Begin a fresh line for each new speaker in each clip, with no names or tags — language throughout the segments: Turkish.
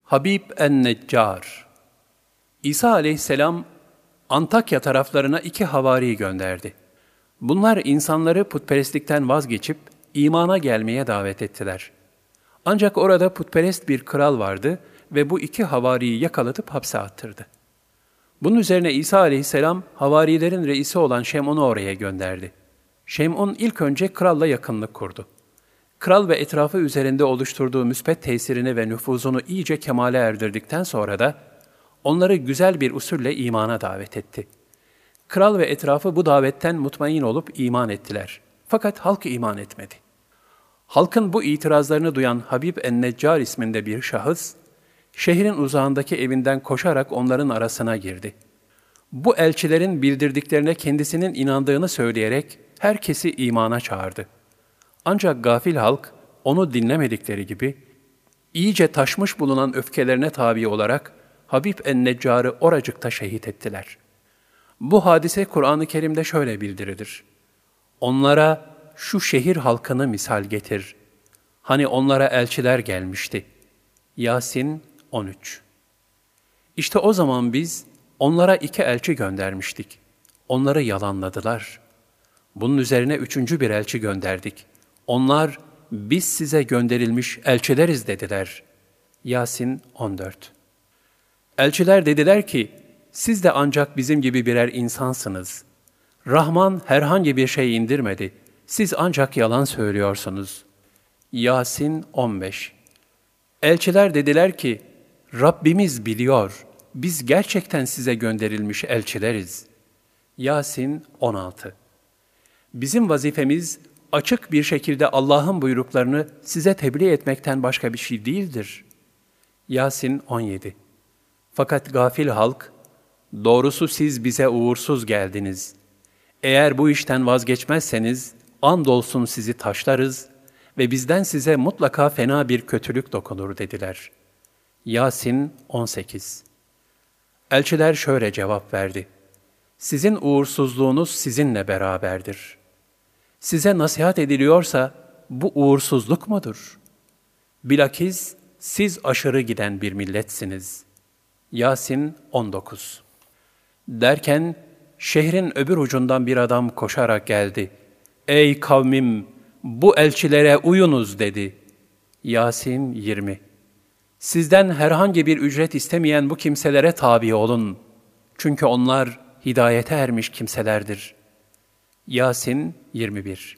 Habib en-Neccar. İsa aleyhisselam Antakya taraflarına 2 havari gönderdi. Bunlar insanları putperestlikten vazgeçip imana gelmeye davet ettiler. Ancak orada putperest bir kral vardı ve bu 2 havariyi yakalatıp hapse attırdı. Bunun üzerine İsa aleyhisselam havarilerin reisi olan Şem'un'u oraya gönderdi. Şem'un ilk önce kralla yakınlık kurdu. Kral ve etrafı üzerinde oluşturduğu müspet tesirini ve nüfuzunu iyice kemale erdirdikten sonra da onları güzel bir usulle imana davet etti. Kral ve etrafı bu davetten mutmain olup iman ettiler. Fakat halk iman etmedi. Halkın bu itirazlarını duyan Habib en-Neccar isminde bir şahıs, şehrin uzağındaki evinden koşarak onların arasına girdi. Bu elçilerin bildirdiklerine kendisinin inandığını söyleyerek herkesi imana çağırdı. Ancak gafil halk onu dinlemedikleri gibi, iyice taşmış bulunan öfkelerine tabi olarak Habib en-Neccar'ı oracıkta şehit ettiler. Bu hadise Kur'an-ı Kerim'de şöyle bildirilir. Onlara şu şehir halkını misal getir. Hani onlara elçiler gelmişti. Yasin 13. İşte o zaman biz onlara 2 elçi göndermiştik. Onları yalanladılar. Bunun üzerine 3. bir elçi gönderdik. Onlar, biz size gönderilmiş elçileriz dediler. Yasin 14. Elçiler dediler ki, siz de ancak bizim gibi birer insansınız. Rahman herhangi bir şey indirmedi. Siz ancak yalan söylüyorsunuz. Yasin 15. Elçiler dediler ki, Rabbimiz biliyor, biz gerçekten size gönderilmiş elçileriz. Yasin 16. Bizim vazifemiz, açık bir şekilde Allah'ın buyruklarını size tebliğ etmekten başka bir şey değildir. Yasin 17. Fakat gafil halk, doğrusu siz bize uğursuz geldiniz. Eğer bu işten vazgeçmezseniz, andolsun sizi taşlarız ve bizden size mutlaka fena bir kötülük dokunur dediler. Yasin 18. Elçiler şöyle cevap verdi. Sizin uğursuzluğunuz sizinle beraberdir. Size nasihat ediliyorsa bu uğursuzluk mudur? Bilakis siz aşırı giden bir milletsiniz. Yasin 19. Derken şehrin öbür ucundan bir adam koşarak geldi. Ey kavmim, bu elçilere uyunuz dedi. Yasin 20. Sizden herhangi bir ücret istemeyen bu kimselere tabi olun. Çünkü onlar hidayete ermiş kimselerdir. Yasin 21.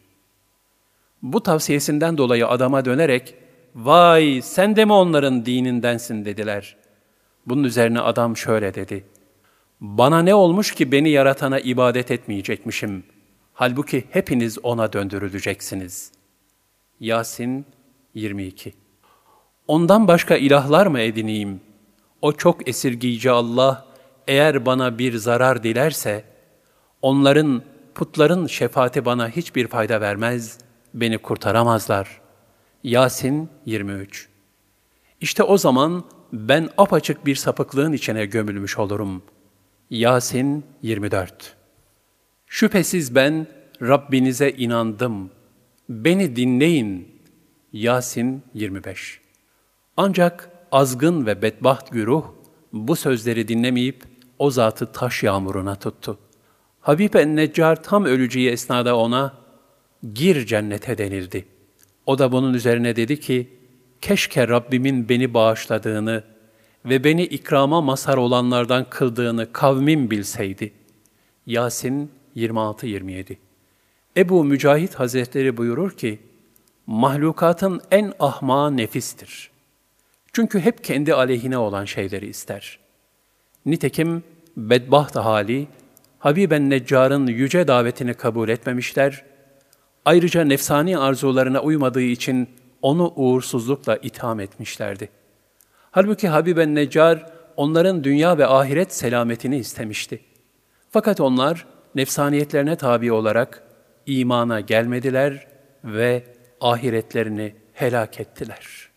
Bu tavsiyesinden dolayı adama dönerek, vay sen de mi onların dinindensin dediler. Bunun üzerine adam şöyle dedi. Bana ne olmuş ki beni yaratana ibadet etmeyecekmişim? Halbuki hepiniz ona döndürüleceksiniz. Yasin 22. Ondan başka ilahlar mı edineyim? O çok esirgiyici Allah, eğer bana bir zarar dilerse, onların, putların şefaati bana hiçbir fayda vermez, beni kurtaramazlar. Yasin 23. İşte o zaman ben apaçık bir sapıklığın içine gömülmüş olurum. Yasin 24. Şüphesiz ben Rabbinize inandım. Beni dinleyin. Yasin 25. Ancak azgın ve bedbaht güruh bu sözleri dinlemeyip o zatı taş yağmuruna tuttu. Habib en-Neccar tam öleceği esnada ona, gir cennete denildi. O da bunun üzerine dedi ki, keşke Rabbimin beni bağışladığını ve beni ikrama mazhar olanlardan kıldığını kavmim bilseydi. Yasin 26-27. Ebu Mücahit Hazretleri buyurur ki, mahlukatın en ahmağı nefistir. Çünkü hep kendi aleyhine olan şeyleri ister. Nitekim bedbaht hali, Habib en-Neccar'ın yüce davetini kabul etmemişler, ayrıca nefsani arzularına uymadığı için onu uğursuzlukla itham etmişlerdi. Halbuki Habib en-Neccar onların dünya ve ahiret selametini istemişti. Fakat onlar nefsaniyetlerine tabi olarak imana gelmediler ve ahiretlerini helak ettiler.